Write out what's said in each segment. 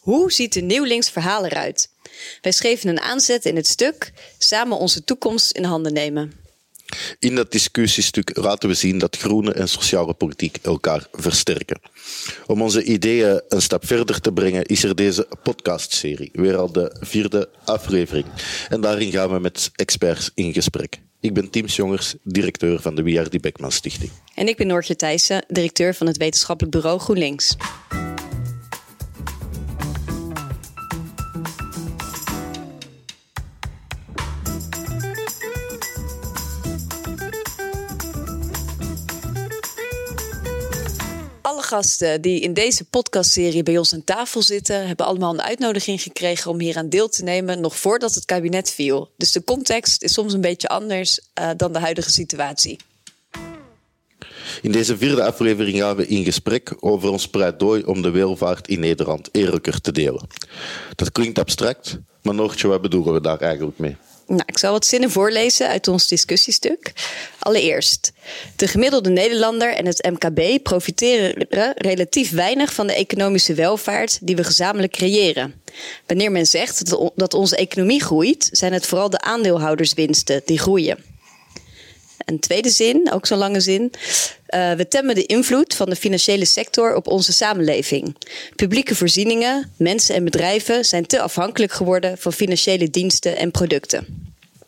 Hoe ziet de Nieuw Links verhaal eruit? Wij schreven een aanzet in het stuk Samen onze toekomst in handen nemen. In dat discussiestuk laten we zien dat groene en sociale politiek elkaar versterken. Om onze ideeën een stap verder te brengen is er deze podcastserie, weer al de 4e aflevering. En daarin gaan we met experts in gesprek. Ik ben Tim Jongers, directeur van de W.R.D. Beckman Stichting. En ik ben Noortje Thijssen, directeur van het wetenschappelijk bureau GroenLinks. Alle gasten die in deze podcastserie bij ons aan tafel zitten, hebben allemaal een uitnodiging gekregen om hier aan deel te nemen, nog voordat het kabinet viel. Dus de context is soms een beetje anders dan de huidige situatie. In deze 4e aflevering gaan we in gesprek over ons pleidooi om de welvaart in Nederland eerlijker te delen. Dat klinkt abstract, maar Noortje, wat bedoelen we daar eigenlijk mee? Nou, ik zal wat zinnen voorlezen uit ons discussiestuk. Allereerst, de gemiddelde Nederlander en het MKB profiteren relatief weinig van de economische welvaart die we gezamenlijk creëren. Wanneer men zegt dat onze economie groeit, zijn het vooral de aandeelhouderswinsten die groeien. Een tweede zin, ook zo'n lange zin. We temmen de invloed van de financiële sector op onze samenleving. Publieke voorzieningen, mensen en bedrijven zijn te afhankelijk geworden van financiële diensten en producten.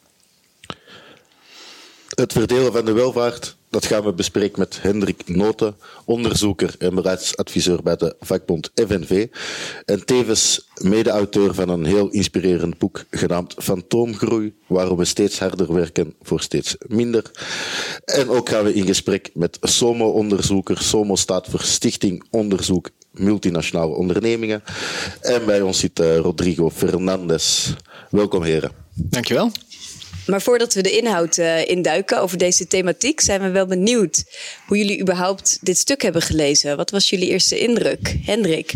Het verdelen van de welvaart, dat gaan we bespreken met Hendrik Noten, onderzoeker en beleidsadviseur bij de vakbond FNV. En tevens mede-auteur van een heel inspirerend boek genaamd Fantoomgroei, waarom we steeds harder werken voor steeds minder. En ook gaan we in gesprek met SOMO-onderzoeker. SOMO staat voor Stichting Onderzoek Multinationale Ondernemingen. En bij ons zit Rodrigo Fernandes. Welkom, heren. Dankjewel. Maar voordat we de inhoud induiken over deze thematiek, zijn we wel benieuwd hoe jullie überhaupt dit stuk hebben gelezen. Wat was jullie eerste indruk? Hendrik?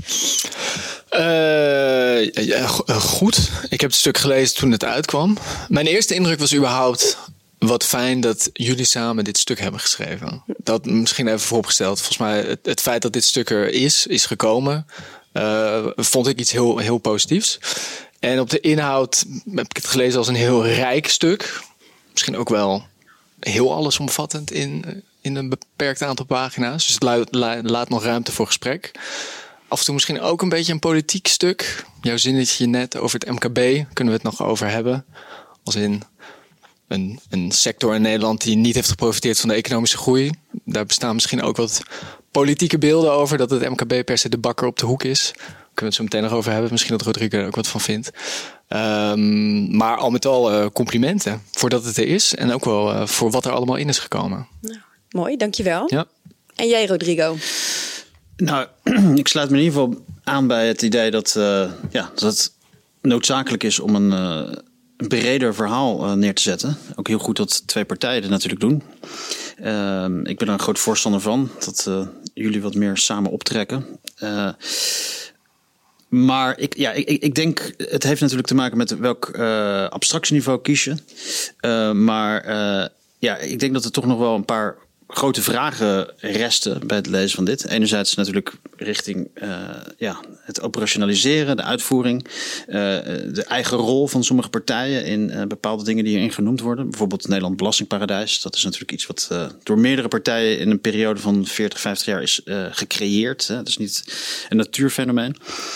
Goed. Ik heb het stuk gelezen toen het uitkwam. Mijn eerste indruk was überhaupt wat fijn dat jullie samen dit stuk hebben geschreven. Dat misschien even vooropgesteld. Volgens mij het feit dat dit stuk er is gekomen, vond ik iets heel, heel positiefs. En op de inhoud heb ik het gelezen als een heel rijk stuk. Misschien ook wel heel allesomvattend in een beperkt aantal pagina's. Dus het laat nog ruimte voor gesprek. Af en toe misschien ook een beetje een politiek stuk. Jouw zinnetje net over het MKB kunnen we het nog over hebben. Als in een sector in Nederland die niet heeft geprofiteerd van de economische groei. Daar bestaan misschien ook wat politieke beelden over dat het MKB per se de bakker op de hoek is. Kunnen we het zo meteen nog over hebben. Misschien dat Rodrigo er ook wat van vindt. Maar al met al complimenten voordat het er is. En ook wel voor wat er allemaal in is gekomen. Nou, mooi, dankjewel. Ja. En jij, Rodrigo? Nou, ik sluit me in ieder geval aan bij het idee dat het noodzakelijk is om een breder verhaal neer te zetten. Ook heel goed dat 2 partijen het natuurlijk doen. Ik ben er een groot voorstander van. Dat jullie wat meer samen optrekken. Maar ik denk, het heeft natuurlijk te maken met welk abstractieniveau kies je. Ik denk dat er toch nog wel een paar grote vragen resten bij het lezen van dit. Enerzijds natuurlijk richting het operationaliseren, de uitvoering. De eigen rol van sommige partijen in bepaalde dingen die hierin genoemd worden. Bijvoorbeeld het Nederland Belastingparadijs. Dat is natuurlijk iets wat door meerdere partijen in een periode van 40, 50 jaar is gecreëerd. Het is niet een natuurfenomeen.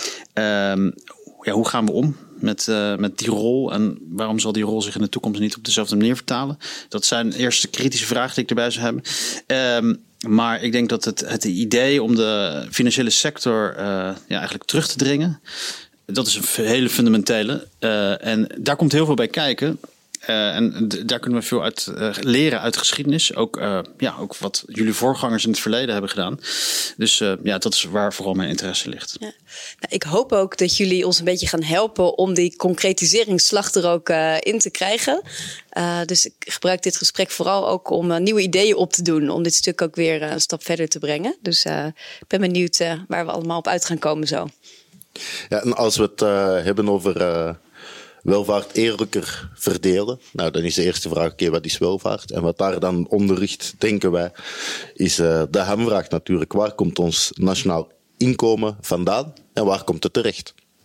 Hoe gaan we om met die rol en waarom zal die rol zich in de toekomst niet op dezelfde manier vertalen? Dat zijn eerste kritische vragen die ik erbij zou hebben. Maar ik denk dat het idee om de financiële sector eigenlijk terug te dringen, dat is een hele fundamentele. En daar komt heel veel bij kijken. En daar kunnen we veel uit leren uit de geschiedenis. Ook wat jullie voorgangers in het verleden hebben gedaan. Dus dat is waar vooral mijn interesse ligt. Ja. Nou, ik hoop ook dat jullie ons een beetje gaan helpen om die concretiseringsslag er ook in te krijgen. Dus ik gebruik dit gesprek vooral ook om nieuwe ideeën op te doen. Om dit stuk ook weer een stap verder te brengen. Dus ik ben benieuwd waar we allemaal op uit gaan komen zo. Ja, en als we het hebben over welvaart eerlijker verdelen. Nou, dan is de eerste vraag, wat is welvaart? En wat daar dan onder ligt, denken wij, is de hamvraag natuurlijk. Waar komt ons nationaal inkomen vandaan en waar komt het terecht?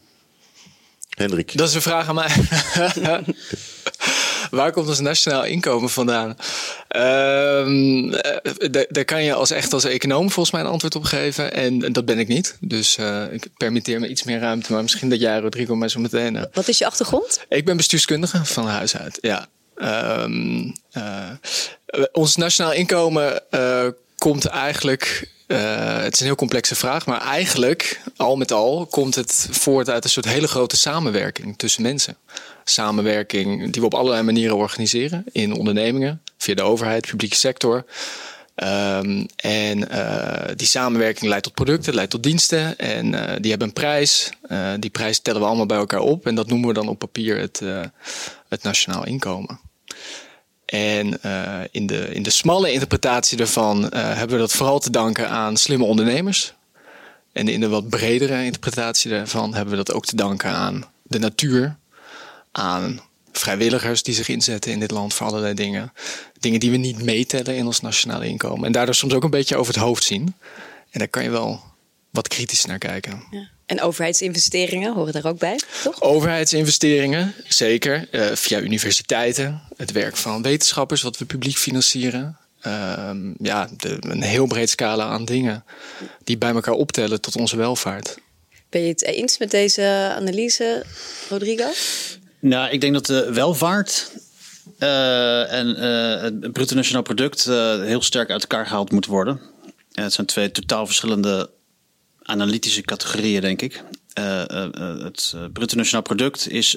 Hendrik. Dat is een vraag aan mij. Waar komt ons nationaal inkomen vandaan? Daar kan je als econoom volgens mij een antwoord op geven. En dat ben ik niet. Dus ik permitteer me iets meer ruimte. Maar misschien dat jij, Rodrigo, mij zo meteen... Wat is je achtergrond? Ik ben bestuurskundige van huis uit, ja. Ons nationaal inkomen komt eigenlijk... het is een heel complexe vraag, maar eigenlijk, al met al, komt het voort uit een soort hele grote samenwerking tussen mensen. Samenwerking die we op allerlei manieren organiseren in ondernemingen, via de overheid, publieke sector. Die samenwerking leidt tot producten, leidt tot diensten en die hebben een prijs. Die prijs tellen we allemaal bij elkaar op en dat noemen we dan op papier het nationaal inkomen. En in de smalle interpretatie daarvan hebben we dat vooral te danken aan slimme ondernemers. En in de wat bredere interpretatie daarvan hebben we dat ook te danken aan de natuur. Aan vrijwilligers die zich inzetten in dit land voor allerlei dingen. Dingen die we niet meetellen in ons nationale inkomen. En daardoor soms ook een beetje over het hoofd zien. En daar kan je wel wat kritisch naar kijken. Ja. En overheidsinvesteringen horen daar ook bij, toch? Overheidsinvesteringen, zeker. Via universiteiten. Het werk van wetenschappers, wat we publiek financieren. Een heel breed scala aan dingen die bij elkaar optellen tot onze welvaart. Ben je het eens met deze analyse, Rodrigo? Nou, ik denk dat de welvaart en het bruto nationaal product heel sterk uit elkaar gehaald moet worden. Het zijn twee totaal verschillende analytische categorieën, denk ik. Het bruto nationaal product is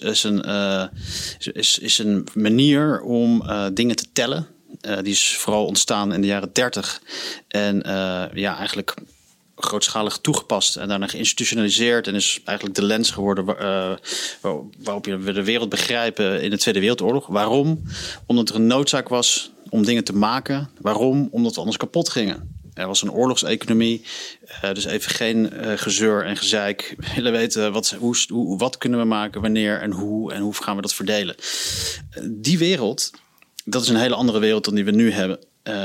een manier om dingen te tellen. Die is vooral ontstaan in de jaren 30 en eigenlijk grootschalig toegepast en daarna geïnstitutionaliseerd en is eigenlijk de lens geworden waarop we de wereld begrijpen in de Tweede Wereldoorlog. Waarom? Omdat er een noodzaak was om dingen te maken. Waarom? Omdat we anders kapot gingen. Er was een oorlogseconomie, dus even geen gezeur en gezeik. We willen weten wat kunnen we maken, wanneer en hoe gaan we dat verdelen. Die wereld, dat is een hele andere wereld dan die we nu hebben.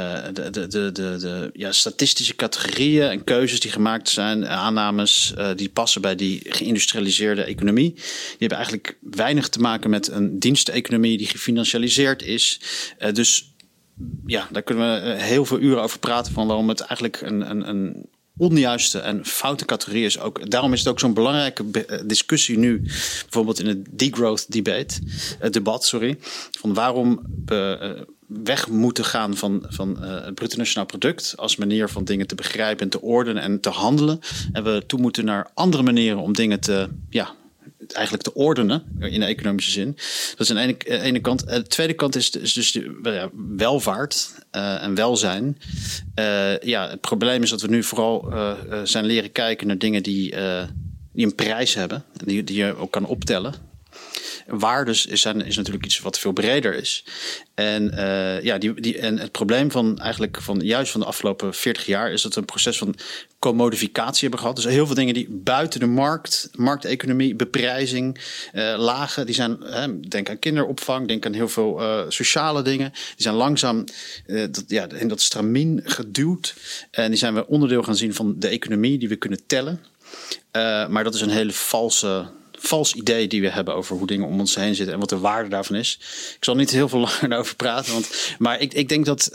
De statistische categorieën en keuzes die gemaakt zijn, aannames die passen bij die geïndustrialiseerde economie. Die hebben eigenlijk weinig te maken met een diensteconomie die gefinancialiseerd is. Dus ja, daar kunnen we heel veel uren over praten van waarom het eigenlijk een onjuiste en foute categorie is. Daarom is het ook zo'n belangrijke discussie nu, bijvoorbeeld in het degrowth debat, van waarom we weg moeten gaan van het bruto nationaal product als manier van dingen te begrijpen en te ordenen en te handelen. En we toe moeten naar andere manieren om dingen eigenlijk te ordenen in de economische zin. Dat is aan de ene kant. De tweede kant is dus de welvaart en welzijn. Het probleem is dat we nu vooral zijn leren kijken naar dingen die een prijs hebben. Die je ook kan optellen. Waardes is natuurlijk iets wat veel breder is. En en het probleem van de afgelopen 40 jaar is dat we een proces van commodificatie hebben gehad. Dus heel veel dingen die buiten de markteconomie, beprijzing, lagen, die zijn, denk aan kinderopvang, denk aan heel veel sociale dingen. Die zijn langzaam in dat stramien geduwd. En die zijn we onderdeel gaan zien van de economie die we kunnen tellen. Maar dat is een hele vals idee die we hebben over hoe dingen om ons heen zitten en wat de waarde daarvan is. Ik zal niet heel veel langer daarover praten, maar ik denk dat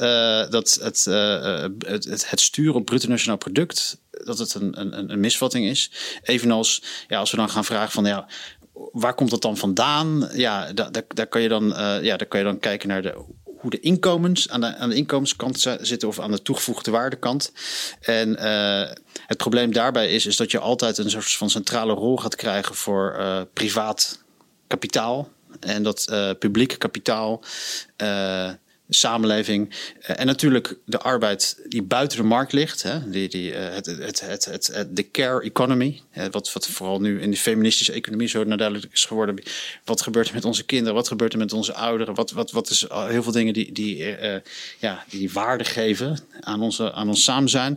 het sturen op bruto nationaal product, dat het een misvatting is. Evenals als we dan gaan vragen van waar komt dat dan vandaan? Ja, daar kan je dan kijken naar hoe de inkomens aan de inkomenskant zitten of aan de toegevoegde waardekant. En het probleem daarbij is dat je altijd een soort van centrale rol gaat krijgen voor privaat kapitaal. En dat publieke kapitaal, samenleving en natuurlijk de arbeid die buiten de markt ligt. Hè, de care economy. Wat vooral nu in de feministische economie zo duidelijk is geworden. Wat gebeurt er met onze kinderen? Wat gebeurt er met onze ouderen? Wat is heel veel dingen die waarde geven aan ons samen zijn.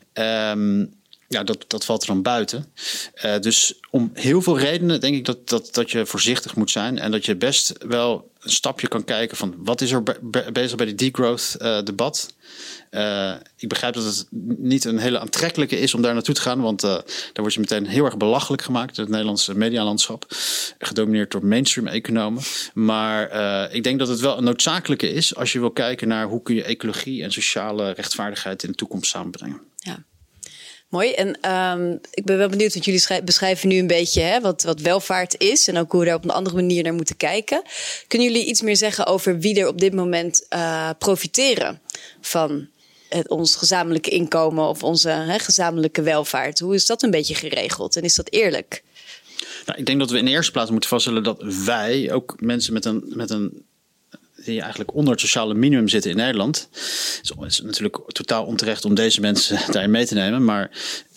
Dat valt er dan buiten. Dus om heel veel redenen denk ik dat je voorzichtig moet zijn. En dat je best wel een stapje kan kijken van wat is er bezig bij die degrowth debat. Ik begrijp dat het niet een hele aantrekkelijke is om daar naartoe te gaan, want daar word je meteen heel erg belachelijk gemaakt door het Nederlandse medialandschap, gedomineerd door mainstream-economen. Maar ik denk dat het wel een noodzakelijke is als je wil kijken naar hoe kun je ecologie en sociale rechtvaardigheid in de toekomst samenbrengen. Ja. Mooi. En ik ben wel benieuwd, want jullie beschrijven nu een beetje wat welvaart is en ook hoe we daar op een andere manier naar moeten kijken. Kunnen jullie iets meer zeggen over wie er op dit moment profiteren van ons gezamenlijke inkomen of onze gezamenlijke welvaart? Hoe is dat een beetje geregeld en is dat eerlijk? Nou, ik denk dat we in de eerste plaats moeten vaststellen dat wij, ook mensen met een die eigenlijk onder het sociale minimum zitten in Nederland. Het is natuurlijk totaal onterecht om deze mensen daarin mee te nemen. Maar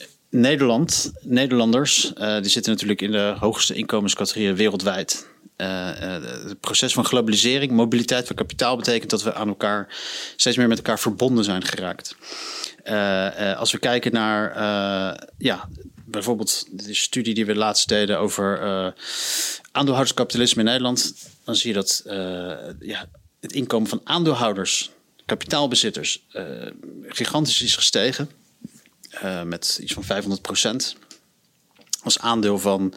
Nederlanders, die zitten natuurlijk in de hoogste inkomenscategorieën wereldwijd. Het proces van globalisering, mobiliteit van kapitaal betekent dat we aan elkaar steeds meer met elkaar verbonden zijn geraakt. Als we kijken naar bijvoorbeeld de studie die we laatst deden over aandeelhouderskapitalisme in Nederland, dan zie je dat het inkomen van aandeelhouders, kapitaalbezitters, gigantisch is gestegen. Met iets van 500%. Als aandeel van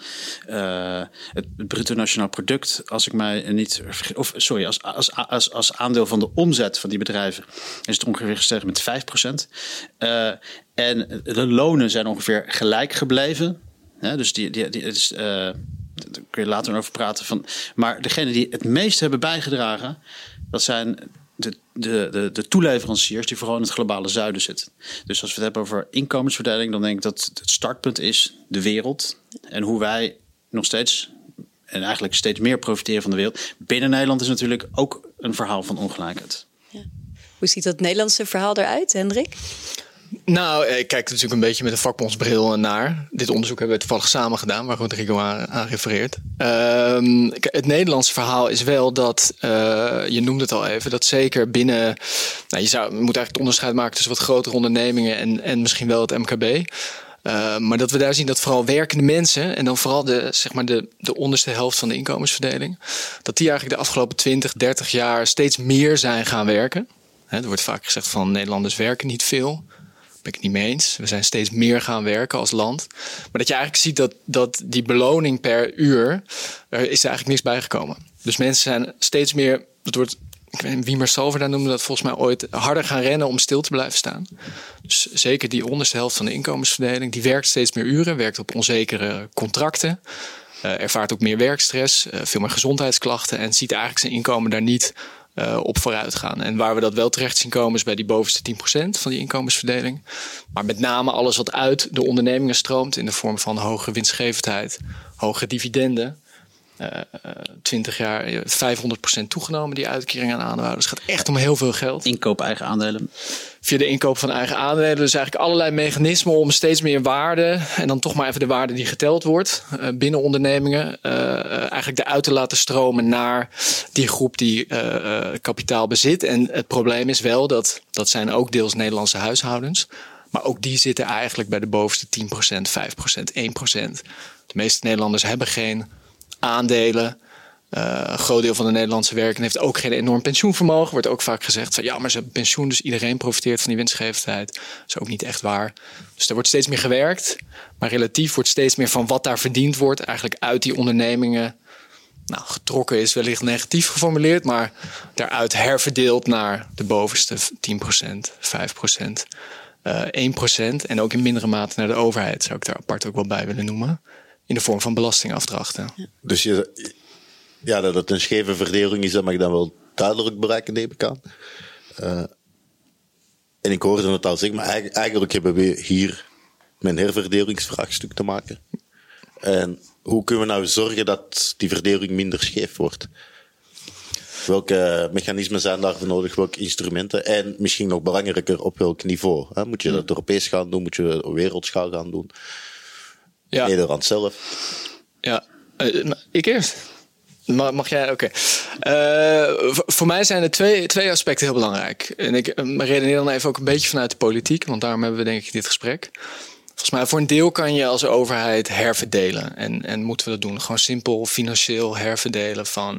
het bruto nationaal product, als ik mij niet vergis, of sorry, als aandeel van de omzet van die bedrijven is het ongeveer gestegen met 5%. En de lonen zijn ongeveer gelijk gebleven. Dus daar kun je later over praten. Maar degene die het meest hebben bijgedragen, dat zijn de toeleveranciers die vooral in het globale zuiden zitten. Dus als we het hebben over inkomensverdeling, dan denk ik dat het startpunt is de wereld. En hoe wij nog steeds en eigenlijk steeds meer profiteren van de wereld. Binnen Nederland is natuurlijk ook een verhaal van ongelijkheid. Ja. Hoe ziet dat Nederlandse verhaal eruit, Hendrik? Nou, ik kijk natuurlijk een beetje met een vakbondsbril naar. Dit onderzoek hebben we toevallig samen gedaan, waar Rodrigo aan refereert. Het Nederlandse verhaal is wel dat, je noemde het al even, dat zeker binnen, je moet eigenlijk het onderscheid maken tussen wat grotere ondernemingen en misschien wel het MKB. Maar dat we daar zien dat vooral werkende mensen en dan vooral de onderste helft van de inkomensverdeling, dat die eigenlijk de afgelopen 20, 30 jaar steeds meer zijn gaan werken. Er wordt vaak gezegd van Nederlanders werken niet veel. Ben ik het niet mee eens. We zijn steeds meer gaan werken als land. Maar dat je eigenlijk ziet dat die beloning per uur, er is er eigenlijk niks bijgekomen. Dus mensen zijn steeds meer, ik weet niet, Wiemer Salver daar noemde dat volgens mij ooit, harder gaan rennen om stil te blijven staan. Dus zeker die onderste helft van de inkomensverdeling, die werkt steeds meer uren, werkt op onzekere contracten, ervaart ook meer werkstress, veel meer gezondheidsklachten en ziet eigenlijk zijn inkomen daar niet op vooruit gaan. En waar we dat wel terecht zien komen is bij die bovenste 10% van die inkomensverdeling. Maar met name alles wat uit de ondernemingen stroomt in de vorm van hogere winstgevendheid, hogere dividenden. 20 jaar 500% toegenomen, die uitkering aan aandeelhouders. Het gaat echt om heel veel geld. Inkoop eigen aandelen. Via de inkoop van eigen aandelen. Dus eigenlijk allerlei mechanismen om steeds meer waarde, en dan toch maar even de waarde die geteld wordt binnen ondernemingen, eigenlijk eruit te laten stromen naar die groep die kapitaal bezit. En het probleem is wel dat zijn ook deels Nederlandse huishoudens. Maar ook die zitten eigenlijk bij de bovenste 10%, 5%, 1%. De meeste Nederlanders hebben geen aandelen. Een groot deel van de Nederlandse werkenden heeft ook geen enorm pensioenvermogen. Wordt ook vaak gezegd van maar ze hebben pensioen, dus iedereen profiteert van die winstgevendheid. Dat is ook niet echt waar. Dus er wordt steeds meer gewerkt, maar relatief wordt steeds meer van wat daar verdiend wordt eigenlijk uit die ondernemingen getrokken is wellicht negatief geformuleerd, maar daaruit herverdeeld naar de bovenste 10%, 5%, 1% en ook in mindere mate naar de overheid, zou ik daar apart ook wel bij willen noemen. In de vorm van belastingafdrachten. Ja. Dus dat het een scheve verdeling is, dat mag ik dan wel duidelijk bereiken, neem ik aan. En ik hoorde het al zeggen, maar eigenlijk hebben we hier met een herverdelingsvraagstuk te maken. En hoe kunnen we nou zorgen dat die verdeling minder scheef wordt? Welke mechanismen zijn daarvoor nodig? Welke instrumenten? En misschien nog belangrijker, op welk niveau? Hè? Moet je dat Europees gaan doen? Moet je dat op wereldschaal gaan doen? Ja. Nederland zelf. Ja, ik eerst. Mag jij? Oké. Voor mij zijn er twee aspecten heel belangrijk. En ik redeneer dan even ook een beetje vanuit de politiek, want daarom hebben we denk ik dit gesprek. Volgens mij voor een deel kan je als overheid herverdelen. En moeten we dat doen? Gewoon simpel financieel herverdelen van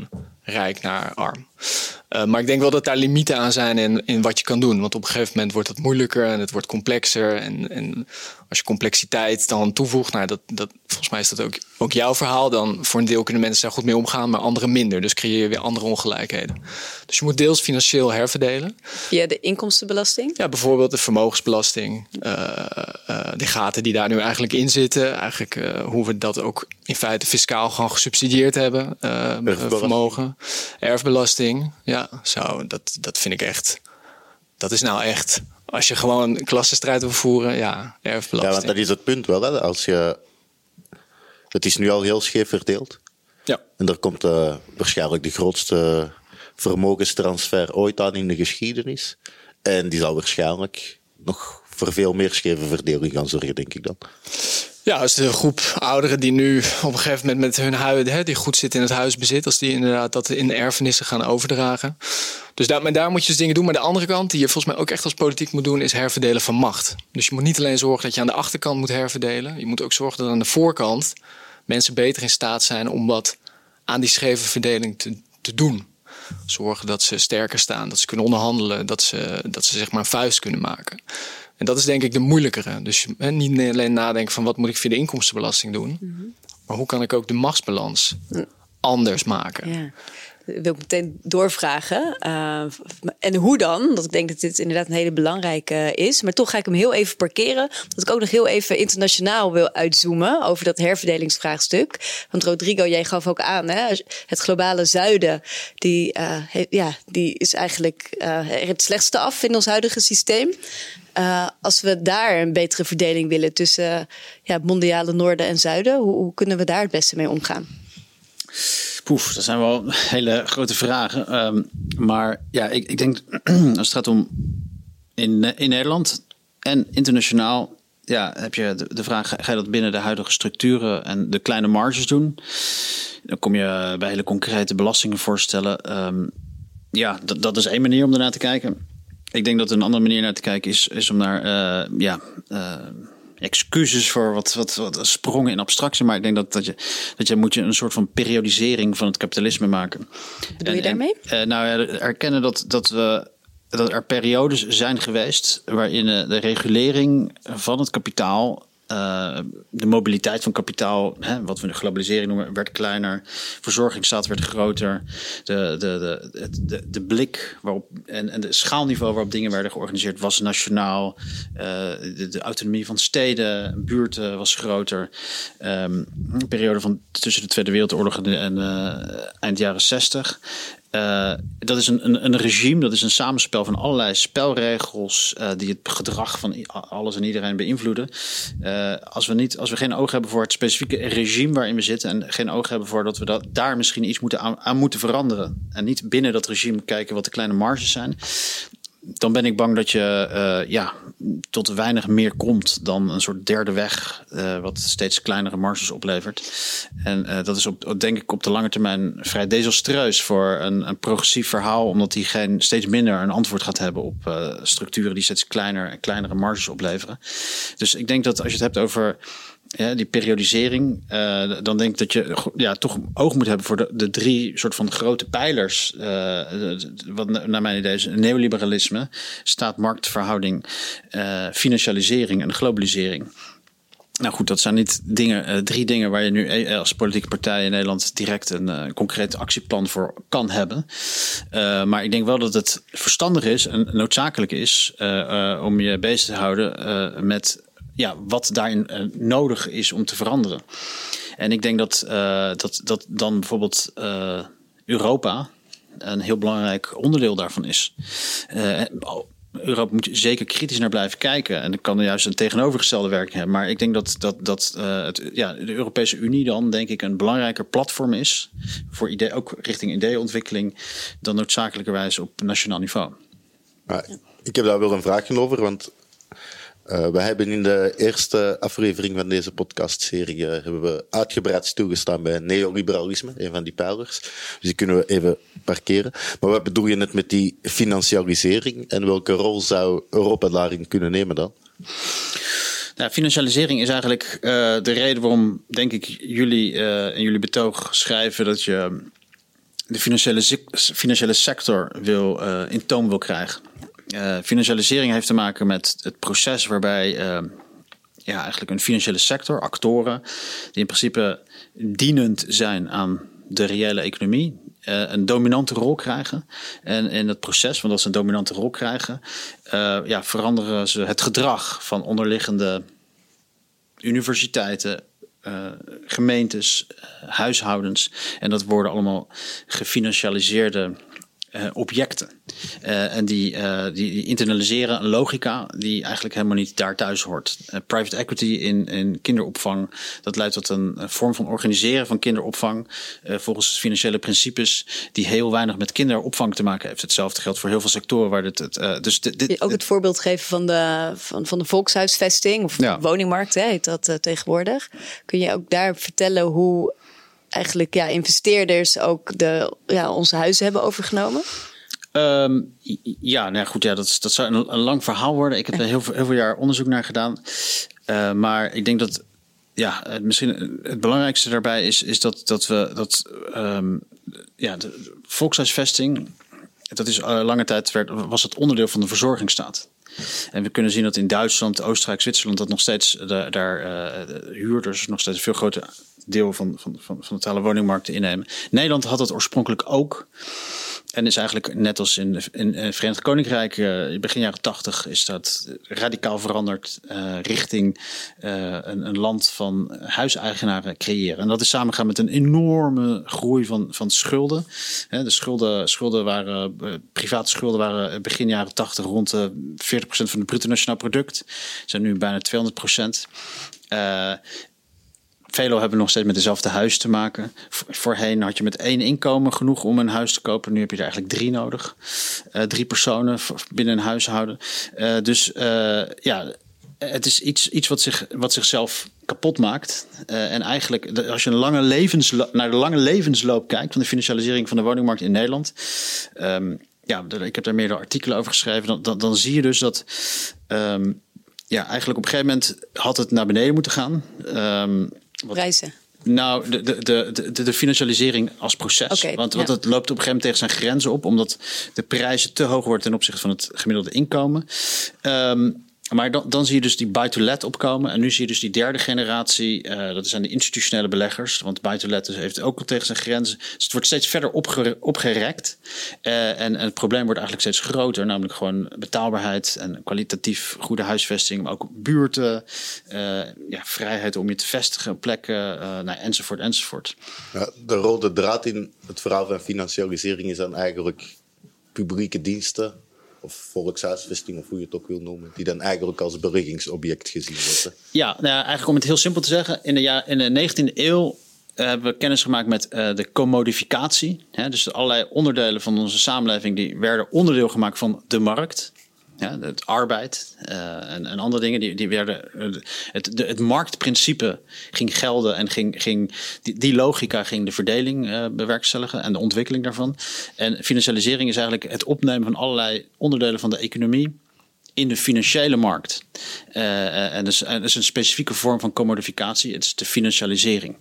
rijk naar arm. Maar ik denk wel dat daar limieten aan zijn in wat je kan doen. Want op een gegeven moment wordt het moeilijker en het wordt complexer. En als je complexiteit dan toevoegt, volgens mij is dat ook jouw verhaal. Dan voor een deel kunnen mensen daar goed mee omgaan, maar anderen minder. Dus creëer je weer andere ongelijkheden. Dus je moet deels financieel herverdelen. Via de inkomstenbelasting? Ja, bijvoorbeeld de vermogensbelasting. De gaten die daar nu eigenlijk in zitten. Eigenlijk hoe we dat ook in feite fiscaal gewoon gesubsidieerd hebben. Vermogen. Erfbelasting. Ja, dat vind ik echt. Dat is nou echt. Als je gewoon een klassenstrijd wil voeren, erfbelasting. Ja, want dat is het punt wel. Hè? Het is nu al heel scheef verdeeld. Ja. En er komt waarschijnlijk de grootste vermogenstransfer ooit aan in de geschiedenis. En die zal waarschijnlijk nog voor veel meer scheve verdeling gaan zorgen, denk ik dan. Ja, als de groep ouderen die nu op een gegeven moment met hun huid, die goed zitten in het huisbezit, als die inderdaad dat in de erfenissen gaan overdragen. Dus daar moet je dus dingen doen. Maar de andere kant, die je volgens mij ook echt als politiek moet doen, is herverdelen van macht. Dus je moet niet alleen zorgen dat je aan de achterkant moet herverdelen. Je moet ook zorgen dat aan de voorkant mensen beter in staat zijn om wat aan die scheve verdeling te doen. Zorgen dat ze sterker staan, dat ze kunnen onderhandelen, dat ze zeg maar een vuist kunnen maken. En dat is denk ik de moeilijkere. Dus niet alleen nadenken van wat moet ik via de inkomstenbelasting doen. Mm-hmm. Maar hoe kan ik ook de machtsbalans anders maken. Ja. Dat wil ik meteen doorvragen. En hoe dan? Want ik denk dat dit inderdaad een hele belangrijke is. Maar toch ga ik hem heel even parkeren. Dat ik ook nog heel even internationaal wil uitzoomen over dat herverdelingsvraagstuk. Want Rodrigo, jij gaf ook aan, hè? Het globale zuiden, die is eigenlijk het slechtste af in ons huidige systeem. Als we daar een betere verdeling willen tussen het mondiale noorden en zuiden, hoe kunnen we daar het beste mee omgaan? Dat zijn wel hele grote vragen. Maar ja, ik denk als het gaat om in Nederland en internationaal, heb je de vraag, ga je dat binnen de huidige structuren en de kleine marges doen? Dan kom je bij hele concrete belastingenvoorstellen. Dat is één manier om ernaar te kijken. Ik denk dat een andere manier naar te kijken is om naar excuses voor wat sprongen in abstractie. Maar ik denk dat je moet een soort van periodisering van het kapitalisme maken. Wat bedoel je daarmee? Erkennen dat er periodes zijn geweest waarin de regulering van het kapitaal, de mobiliteit van kapitaal, wat we de globalisering noemen, werd kleiner. Verzorgingsstaat werd groter. De blik waarop en de schaalniveau waarop dingen werden georganiseerd was nationaal. De autonomie van steden, buurten was groter. Een periode van tussen de Tweede Wereldoorlog en eind jaren 60. Dat is een regime, dat is een samenspel van allerlei spelregels die het gedrag van alles en iedereen beïnvloeden. Als we geen oog hebben voor het specifieke regime waarin we zitten en geen oog hebben voor dat we daar misschien iets aan moeten veranderen en niet binnen dat regime kijken wat de kleine marges zijn, dan ben ik bang dat je tot weinig meer komt dan een soort derde weg, wat steeds kleinere marges oplevert. En dat is denk ik op de lange termijn vrij desastreus voor een progressief verhaal, omdat die steeds minder een antwoord gaat hebben op structuren die steeds kleiner en kleinere marges opleveren. Dus ik denk dat als je het hebt over die periodisering, dan denk ik dat je toch oog moet hebben voor de drie soort van grote pijlers. Wat naar mijn idee is neoliberalisme, staat-marktverhouding, financialisering en globalisering. Nou goed, dat zijn niet drie dingen waar je nu als politieke partij in Nederland direct een concreet actieplan voor kan hebben. Maar ik denk wel dat het verstandig is en noodzakelijk is om je bezig te houden met wat daarin nodig is om te veranderen. En ik denk dat dan bijvoorbeeld Europa een heel belangrijk onderdeel daarvan is. Europa moet zeker kritisch naar blijven kijken. En dat kan er juist een tegenovergestelde werking hebben. Maar ik denk dat de Europese Unie dan denk ik een belangrijker platform is voor ook richting ideeënontwikkeling dan noodzakelijkerwijs op nationaal niveau. Ik heb daar wel een vraagje over, want we hebben in de eerste aflevering van deze podcastserie hebben we uitgebreid stilgestaan bij neoliberalisme, een van die pijlers. Dus die kunnen we even parkeren. Maar wat bedoel je net met die financialisering en welke rol zou Europa daarin kunnen nemen dan? Nou, financialisering is eigenlijk de reden waarom, denk ik, jullie in jullie betoog schrijven dat je de financiële sector in toom wil krijgen. Financialisering heeft te maken met het proces waarbij eigenlijk een financiële sector, actoren, die in principe dienend zijn aan de reële economie, een dominante rol krijgen. En in het proces, want als ze een dominante rol krijgen, veranderen ze het gedrag van onderliggende universiteiten, gemeentes, huishoudens. En dat worden allemaal gefinancialiseerde objecten. En die internaliseren een logica die eigenlijk helemaal niet daar thuis hoort. Private equity in kinderopvang, dat leidt tot een vorm van organiseren van kinderopvang volgens financiële principes die heel weinig met kinderopvang te maken heeft. Hetzelfde geldt voor heel veel sectoren waar ook het voorbeeld geven van de volkshuisvesting of woningmarkt, heet dat tegenwoordig. Kun je ook daar vertellen hoe eigenlijk investeerders ook onze huizen hebben overgenomen? Dat zou een lang verhaal worden. Ik heb er heel veel jaar onderzoek naar gedaan. Maar ik denk dat misschien het belangrijkste daarbij is dat de volkshuisvesting, dat is lange tijd was het onderdeel van de verzorgingsstaat. En we kunnen zien dat in Duitsland, Oostenrijk, Zwitserland dat nog steeds huurders nog steeds een veel groter deel van de totale woningmarkten innemen. Nederland had dat oorspronkelijk ook. En is eigenlijk net als in het Verenigd Koninkrijk, begin jaren 80 is dat radicaal veranderd richting een land van huiseigenaren creëren. En dat is samengegaan met een enorme groei van schulden. De schulden waren, private schulden waren begin jaren 80 rond 40% van het bruto nationaal product. Zijn nu bijna 200%. Velen hebben nog steeds met dezelfde huis te maken. Voorheen had je met 1 inkomen genoeg om een huis te kopen. Nu heb je er eigenlijk 3 nodig. 3 personen binnen een huishouden. Het is iets wat zichzelf kapot maakt. En eigenlijk, als je naar de lange levensloop kijkt van de financialisering van de woningmarkt in Nederland. Ik heb daar meerdere artikelen over geschreven. Dan zie je dus dat eigenlijk op een gegeven moment had het naar beneden moeten gaan. Prijzen? Nou, de financialisering als proces. Want het loopt op een gegeven moment tegen zijn grenzen op, omdat de prijzen te hoog worden ten opzichte van het gemiddelde inkomen. Maar dan zie je dus die buy-to-let opkomen. En nu zie je dus die derde generatie. Dat zijn de institutionele beleggers. Want buy-to-let heeft ook al tegen zijn grenzen. Dus het wordt steeds verder opgerekt. En het probleem wordt eigenlijk steeds groter. Namelijk gewoon betaalbaarheid en kwalitatief goede huisvesting. Maar ook buurten. Vrijheid om je te vestigen op plekken. Enzovoort. Ja, de rode draad in het verhaal van financialisering is dan eigenlijk publieke diensten. Of volkshuisvesting, of hoe je het ook wil noemen. Die dan eigenlijk als beleggingsobject gezien worden. Ja, eigenlijk om het heel simpel te zeggen. In de 19e eeuw hebben we kennis gemaakt met de commodificatie. Dus allerlei onderdelen van onze samenleving die werden onderdeel gemaakt van de markt. Ja, het arbeid en andere dingen die werden. Het marktprincipe ging gelden en ging die logica ging de verdeling bewerkstelligen en de ontwikkeling daarvan. En financialisering is eigenlijk het opnemen van allerlei onderdelen van de economie in de financiële markt. En dat is een specifieke vorm van commodificatie. Het is de financialisering.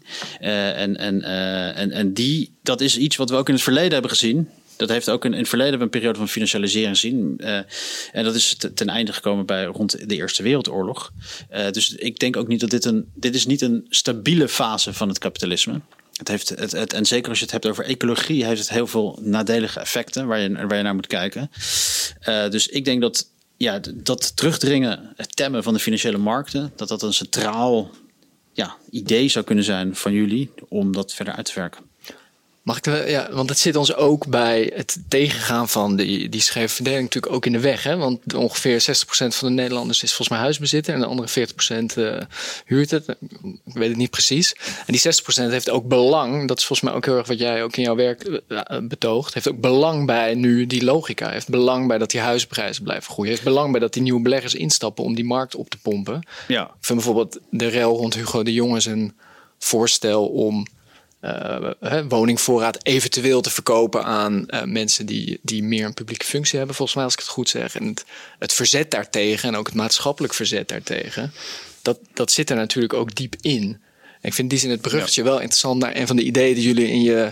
Dat is iets wat we ook in het verleden hebben gezien. Dat heeft ook in het verleden een periode van financialisering gezien. En dat is ten einde gekomen rond de Eerste Wereldoorlog. Dus ik denk ook niet dat dit is niet een stabiele fase van het kapitalisme. En zeker als je het hebt over ecologie, heeft het heel veel nadelige effecten waar je naar moet kijken. Dus ik denk dat terugdringen, het temmen van de financiële markten, dat een centraal idee zou kunnen zijn van jullie om dat verder uit te werken. Want het zit ons ook bij het tegengaan van die scheve verdeling natuurlijk ook in de weg. Hè? Want ongeveer 60% van de Nederlanders is volgens mij huisbezitter en de andere 40% huurt het. Ik weet het niet precies. En die 60% heeft ook belang, dat is volgens mij ook heel erg wat jij ook in jouw werk betoogt, heeft ook belang bij nu die logica. Heeft belang bij dat die huisprijzen blijven groeien. Heeft belang bij dat die nieuwe beleggers instappen om die markt op te pompen. Ja. Ik vind bijvoorbeeld de rel rond Hugo de Jonge zijn voorstel om woningvoorraad eventueel te verkopen aan mensen die meer een publieke functie hebben, volgens mij, als ik het goed zeg. En het verzet daartegen en ook het maatschappelijk verzet daartegen, dat zit er natuurlijk ook diep in. En ik vind die zin het bruggetje wel interessant naar een van de ideeën die jullie in je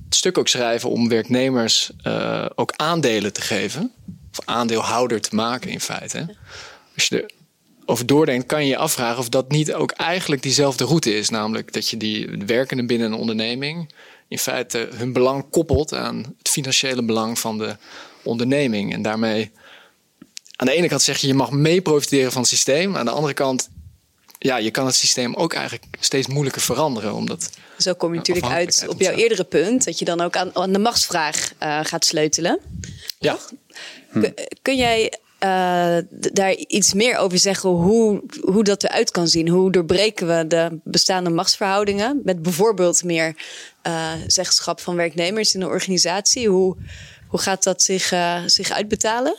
stuk ook schrijven om werknemers ook aandelen te geven. Of aandeelhouder te maken in feite. Als je erover doordenkt, kan je je afvragen of dat niet ook eigenlijk diezelfde route is. Namelijk dat je die werkenden binnen een onderneming in feite hun belang koppelt aan het financiële belang van de onderneming. En daarmee aan de ene kant zeg je mag mee profiteren van het systeem. Aan de andere kant, je kan het systeem ook eigenlijk steeds moeilijker veranderen. Omdat Zo kom je natuurlijk uit op jouw eerdere punt, dat je dan ook aan de machtsvraag gaat sleutelen. Ja. Kun jij daar iets meer over zeggen hoe dat eruit kan zien? Hoe doorbreken we de bestaande machtsverhoudingen met bijvoorbeeld meer zeggenschap van werknemers in de organisatie? Hoe gaat dat zich uitbetalen?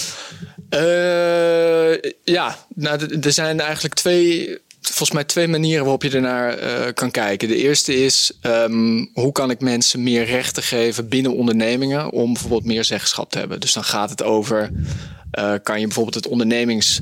Er zijn eigenlijk volgens mij twee manieren waarop je ernaar kan kijken. De eerste is, hoe kan ik mensen meer rechten geven binnen ondernemingen om bijvoorbeeld meer zeggenschap te hebben? Dus dan gaat het over, kan je bijvoorbeeld het ondernemings...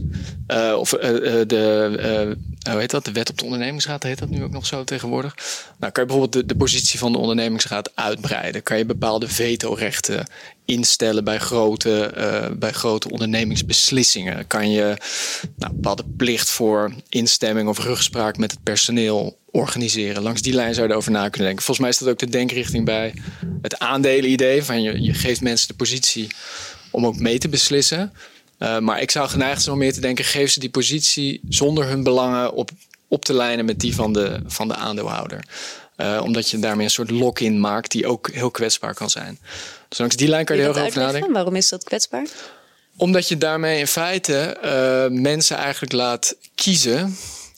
hoe heet dat? De wet op de ondernemingsraad, heet dat nu ook nog zo tegenwoordig? Nou, kan je bijvoorbeeld de positie van de ondernemingsraad uitbreiden? Kan je bepaalde vetorechten instellen bij grote ondernemingsbeslissingen? Kan je bepaalde plicht voor instemming of rugspraak met het personeel organiseren? Langs die lijn zou je erover na kunnen denken. Volgens mij is dat ook de denkrichting bij het aandelenidee. Van je geeft mensen de positie om ook mee te beslissen. Maar ik zou geneigd zijn om meer te denken, geef ze die positie zonder hun belangen op te lijnen met die van de aandeelhouder. Omdat je daarmee een soort lock-in maakt die ook heel kwetsbaar kan zijn. Dus langs die lijn kan je er heel erg over nadenken. Waarom is dat kwetsbaar? Omdat je daarmee in feite mensen eigenlijk laat kiezen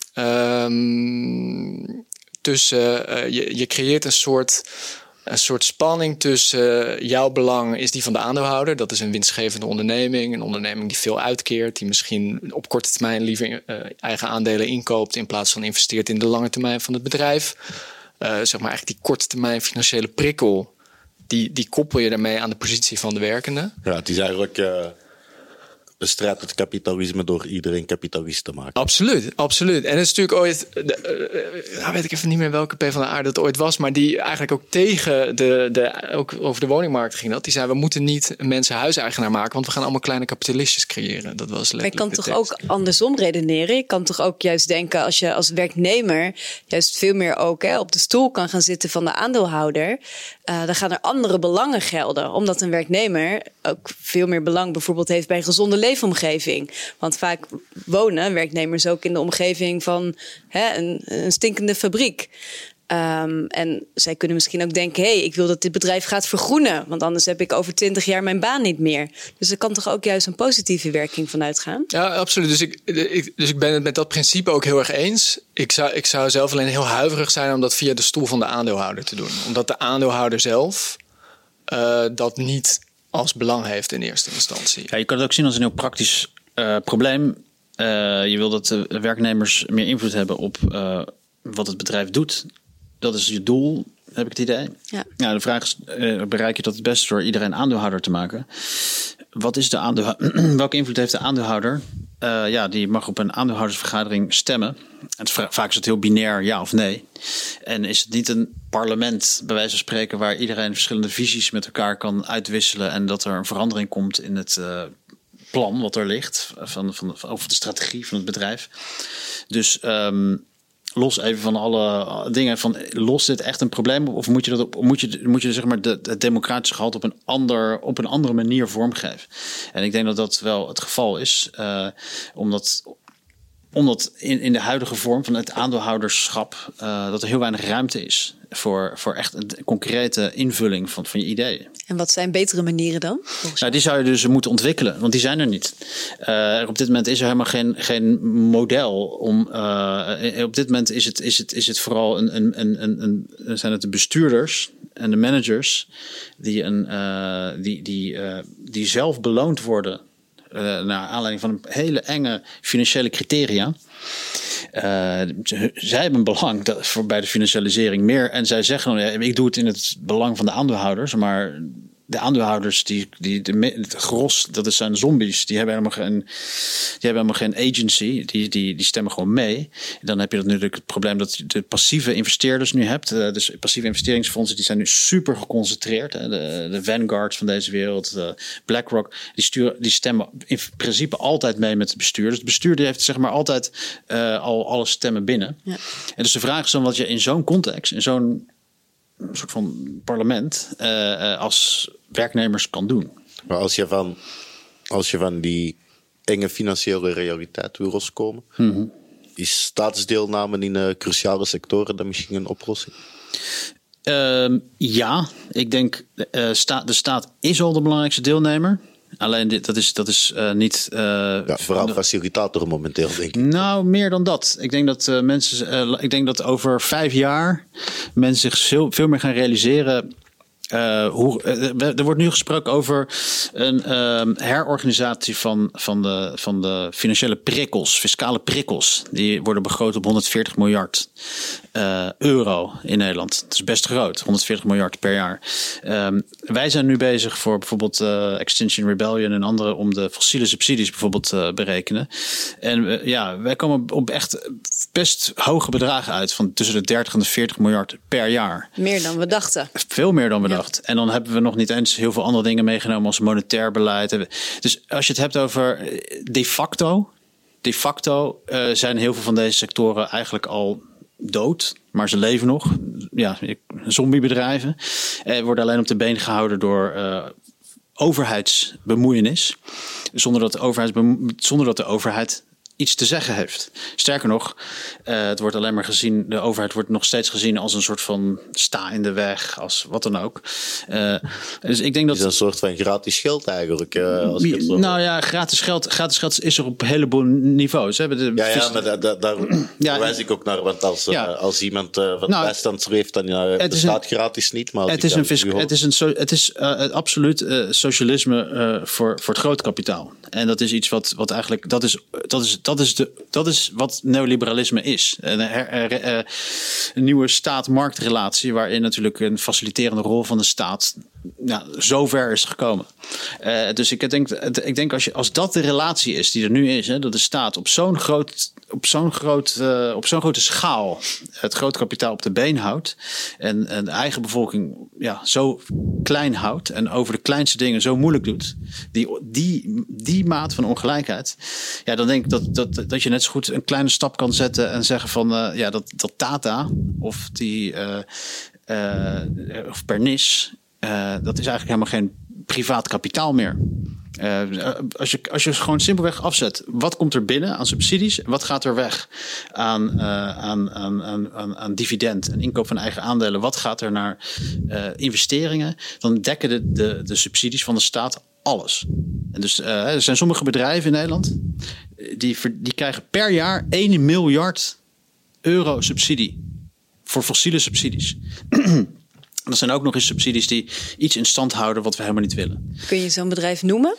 tussen... je creëert een soort spanning tussen jouw belang is die van de aandeelhouder. Dat is een winstgevende onderneming. Een onderneming die veel uitkeert. Die misschien op korte termijn liever eigen aandelen inkoopt in plaats van investeert in de lange termijn van het bedrijf. Zeg maar eigenlijk die korte termijn financiële prikkel. Die koppel je daarmee aan de positie van de werkende. Ja, het is eigenlijk bestrijdt het kapitalisme door iedereen kapitalist te maken. Absoluut. En het is natuurlijk ooit, weet ik even niet meer welke PvdA dat ooit was, maar die eigenlijk ook tegen ook over de woningmarkt ging. Die zei, we moeten niet mensen huiseigenaar maken, want we gaan allemaal kleine kapitalistjes creëren. Dat was letterlijk. Maar je kan toch ook andersom redeneren? Je kan toch ook juist denken, als je als werknemer juist veel meer ook op de stoel kan gaan zitten van de aandeelhouder, dan gaan er andere belangen gelden. Omdat een werknemer ook veel meer belang bijvoorbeeld heeft bij een gezonde leefomgeving. Want vaak wonen werknemers ook in de omgeving van een stinkende fabriek. En zij kunnen misschien ook denken, ik wil dat dit bedrijf gaat vergroenen. Want anders heb ik over 20 jaar mijn baan niet meer. Dus er kan toch ook juist een positieve werking van uitgaan? Ja, absoluut. Dus ik ben het met dat principe ook heel erg eens. Ik zou zelf alleen heel huiverig zijn om dat via de stoel van de aandeelhouder te doen. Omdat de aandeelhouder zelf dat niet als belang heeft in eerste instantie. Ja, je kan het ook zien als een heel praktisch probleem. Je wil dat de werknemers meer invloed hebben op wat het bedrijf doet. Dat is je doel, heb ik het idee. Ja. Nou, de vraag is, bereik je dat het beste door iedereen aandeelhouder te maken? Wat is de welke invloed heeft de aandeelhouder? Die mag op een aandeelhoudersvergadering stemmen. Vaak is het heel binair, ja of nee. En is het niet een parlement, bij wijze van spreken, waar iedereen verschillende visies met elkaar kan uitwisselen en dat er een verandering komt in het plan wat er ligt, over de strategie van het bedrijf. Dus los even van alle dingen, lost dit echt een probleem op? Of moet je zeg maar het democratische gehalte op een andere manier vormgeven? En ik denk dat dat wel het geval is, omdat in de huidige vorm van het aandeelhouderschap dat er heel weinig ruimte is voor echt een concrete invulling van je ideeën. En wat zijn betere manieren dan? Die zou je dus moeten ontwikkelen, want die zijn er niet. Op dit moment is er helemaal geen model om. Op dit moment is het vooral zijn het de bestuurders en de managers die zelf beloond worden naar aanleiding van een hele enge financiële criteria. Zij hebben een belang bij de financialisering meer. En zij zeggen dan, ik doe het in het belang van de aandeelhouders. Maar de aandeelhouders, het gros, dat zijn zombies. Die hebben helemaal geen agency. Die stemmen gewoon mee. En dan heb je natuurlijk het probleem dat je de passieve investeerders nu hebt. Dus passieve investeringsfondsen, die zijn nu super geconcentreerd. Hè. De Vanguards van deze wereld, BlackRock, die stemmen in principe altijd mee met het bestuur. Dus het bestuur die heeft zeg maar altijd al alle stemmen binnen. Ja. En dus de vraag is dan wat je in zo'n context, in zo'n soort van parlement als werknemers kan doen. Maar als je van die enge financiële realiteit wil loskomen, is staatsdeelname in cruciale sectoren dan misschien een oplossing? Ja, ik denk de staat is al de belangrijkste deelnemer. Alleen dat is niet... vooral facilitator momenteel, denk ik. Nou, meer dan dat. Ik denk dat ik denk dat over 5 jaar mensen zich veel meer gaan realiseren. Er wordt nu gesproken over een herorganisatie van de financiële prikkels, fiscale prikkels. Die worden begroot op 140 miljard euro in Nederland. Dat is best groot, 140 miljard per jaar. Wij zijn nu bezig voor bijvoorbeeld Extinction Rebellion en andere om de fossiele subsidies bijvoorbeeld te berekenen. En wij komen op echt best hoge bedragen uit van tussen de 30 en de 40 miljard per jaar. Meer dan we dachten. Veel meer dan we dachten. En dan hebben we nog niet eens heel veel andere dingen meegenomen als monetair beleid. Dus als je het hebt over de facto zijn heel veel van deze sectoren eigenlijk al dood, maar ze leven nog. Ja, zombiebedrijven. Worden alleen op de been gehouden door overheidsbemoeienis. Zonder dat de overheid iets te zeggen heeft. Sterker nog, het wordt alleen maar gezien, de overheid wordt nog steeds gezien als een soort van sta in de weg, als wat dan ook. Dus ik denk dat het is een soort van gratis geld eigenlijk. Gratis geld is er op een heleboel niveaus. Hè. Maar daar wijs ik ook naar, want als iemand van bijstand leeft, dan bestaat gratis niet. Maar het is absoluut socialisme voor het grootkapitaal. En dat is iets wat eigenlijk dat is wat neoliberalisme is. Een nieuwe staat-marktrelatie waarin natuurlijk een faciliterende rol van de staat zo ver is gekomen. Dus ik denk als dat de relatie is die er nu is, dat de staat op zo'n grote schaal het groot kapitaal op de been houdt en de eigen bevolking zo klein houdt en over de kleinste dingen zo moeilijk doet, die maat van ongelijkheid, dan denk ik dat je net zo goed een kleine stap kan zetten en zeggen van dat Tata of of Pernis, dat is eigenlijk helemaal geen privaat kapitaal meer. Als je gewoon simpelweg afzet, wat komt er binnen aan subsidies en wat gaat er weg aan dividend en inkoop van eigen aandelen, wat gaat er naar investeringen, dan dekken de subsidies van de staat alles. En dus er zijn sommige bedrijven in Nederland die krijgen per jaar 1 miljard euro subsidie voor fossiele subsidies. Dat zijn ook nog eens subsidies die iets in stand houden wat we helemaal niet willen. Kun je zo'n bedrijf noemen?